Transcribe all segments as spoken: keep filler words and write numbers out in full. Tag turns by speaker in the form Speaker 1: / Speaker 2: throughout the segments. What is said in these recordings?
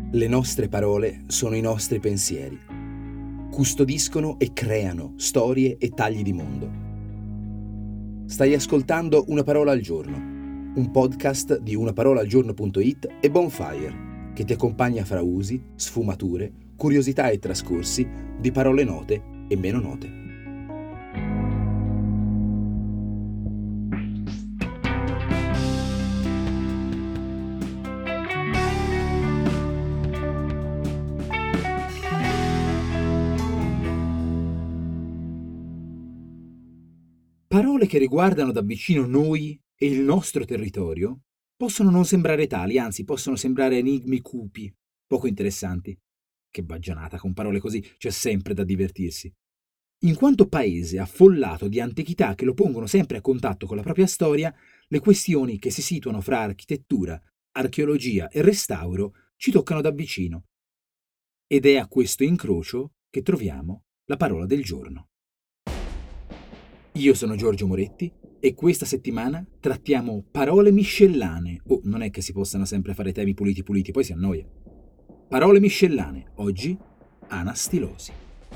Speaker 1: Le nostre parole sono i nostri pensieri. Custodiscono e creano storie e tagli di mondo. Stai ascoltando Una parola al giorno, un podcast di unaparolaalgiorno punto it e Bonfire, che ti accompagna fra usi, sfumature, curiosità e trascorsi di parole note e meno note. Parole che riguardano da vicino noi e il nostro territorio possono non sembrare tali, anzi possono sembrare enigmi cupi, poco interessanti. Che baggianata, con parole così c'è sempre da divertirsi. In quanto paese affollato di antichità che lo pongono sempre a contatto con la propria storia, le questioni che si situano fra architettura, archeologia e restauro ci toccano da vicino. Ed è a questo incrocio che troviamo la parola del giorno. Io sono Giorgio Moretti e questa settimana trattiamo parole miscellanee. Oh, non è che si possano sempre fare temi puliti puliti, poi si annoia. Parole miscellanee, oggi anastilosi.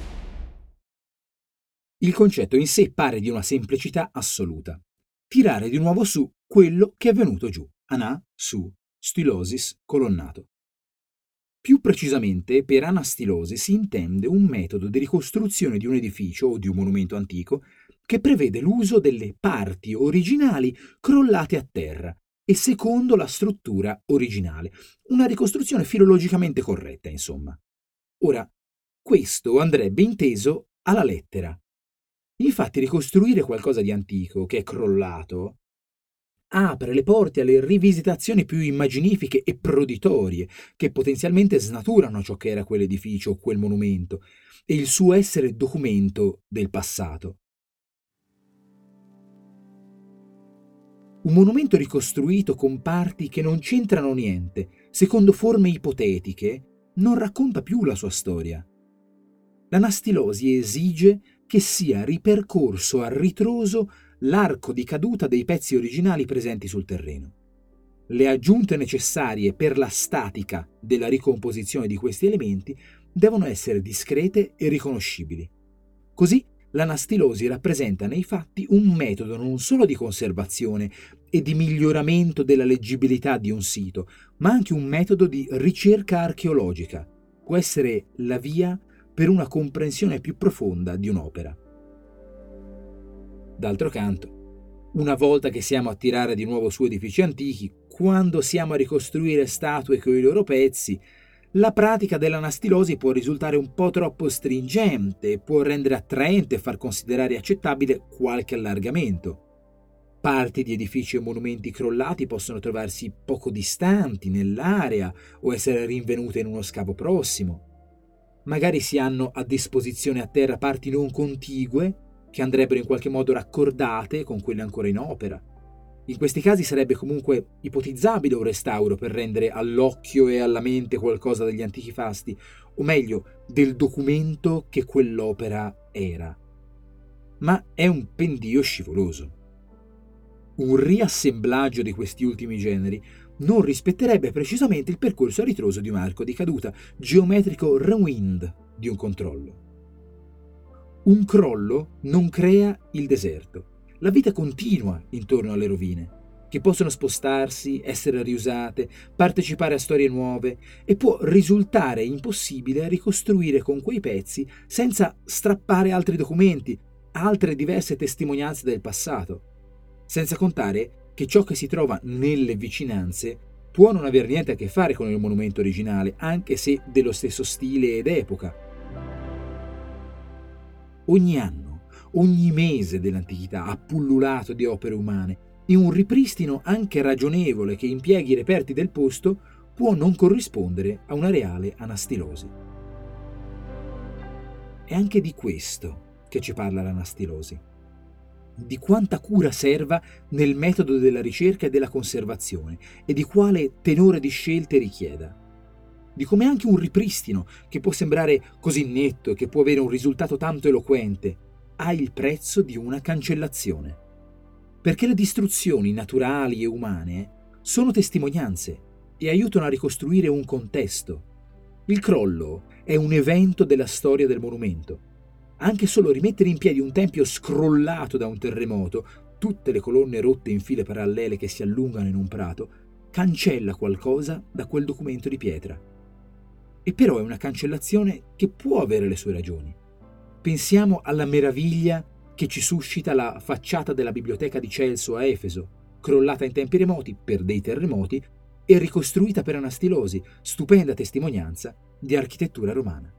Speaker 1: Il concetto in sé pare di una semplicità assoluta. Tirare di nuovo su quello che è venuto giù. Ana, su, stilosis, colonnato. Più precisamente, per anastilosi si intende un metodo di ricostruzione di un edificio o di un monumento antico che prevede l'uso delle parti originali crollate a terra e secondo la struttura originale. Una ricostruzione filologicamente corretta, insomma. Ora, questo andrebbe inteso alla lettera. Infatti, ricostruire qualcosa di antico che è crollato apre le porte alle rivisitazioni più immaginifiche e proditorie, che potenzialmente snaturano ciò che era quell'edificio o quel monumento e il suo essere documento del passato. Un monumento ricostruito con parti che non c'entrano niente, secondo forme ipotetiche, non racconta più la sua storia. L'anastilosi esige che sia ripercorso a ritroso l'arco di caduta dei pezzi originali presenti sul terreno. Le aggiunte necessarie per la statica della ricomposizione di questi elementi devono essere discrete e riconoscibili. Così l'anastilosi rappresenta nei fatti un metodo non solo di conservazione e di miglioramento della leggibilità di un sito, ma anche un metodo di ricerca archeologica. Può essere la via per una comprensione più profonda di un'opera. D'altro canto, una volta che siamo a tirare di nuovo su edifici antichi, quando siamo a ricostruire statue con i loro pezzi, la pratica dell'anastilosi può risultare un po' troppo stringente, può rendere attraente e far considerare accettabile qualche allargamento. Parti di edifici e monumenti crollati possono trovarsi poco distanti nell'area o essere rinvenute in uno scavo prossimo. Magari si hanno a disposizione a terra parti non contigue che andrebbero in qualche modo raccordate con quelle ancora in opera. In questi casi sarebbe comunque ipotizzabile un restauro per rendere all'occhio e alla mente qualcosa degli antichi fasti, o meglio, del documento che quell'opera era. Ma è un pendio scivoloso. Un riassemblaggio di questi ultimi generi non rispetterebbe precisamente il percorso a ritroso di un arco di caduta geometrico rewind di un controllo. Un crollo non crea il deserto. La vita continua intorno alle rovine, che possono spostarsi, essere riusate, partecipare a storie nuove e può risultare impossibile ricostruire con quei pezzi senza strappare altri documenti, altre diverse testimonianze del passato. Senza contare che ciò che si trova nelle vicinanze può non aver niente a che fare con il monumento originale, anche se dello stesso stile ed epoca. Ogni anno, ogni mese dell'antichità ha pullulato di opere umane e un ripristino anche ragionevole che impieghi i reperti del posto può non corrispondere a una reale anastilosi. È anche di questo che ci parla l'anastilosi. Di quanta cura serva nel metodo della ricerca e della conservazione e di quale tenore di scelte richieda. Di come anche un ripristino, che può sembrare così netto e che può avere un risultato tanto eloquente, ha il prezzo di una cancellazione. Perché le distruzioni naturali e umane sono testimonianze e aiutano a ricostruire un contesto, Il crollo è un evento della storia del monumento. Anche solo rimettere in piedi un tempio scrollato da un terremoto, tutte le colonne rotte in file parallele che si allungano in un prato, cancella qualcosa da quel documento di pietra. E però è una cancellazione che può avere le sue ragioni. Pensiamo alla meraviglia che ci suscita la facciata della biblioteca di Celso a Efeso, crollata in tempi remoti per dei terremoti e ricostruita per Anastilosi, stupenda testimonianza di architettura romana.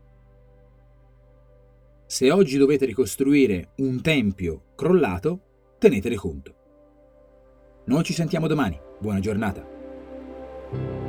Speaker 1: Se oggi dovete ricostruire un tempio crollato, tenetene conto. Noi ci sentiamo domani. Buona giornata.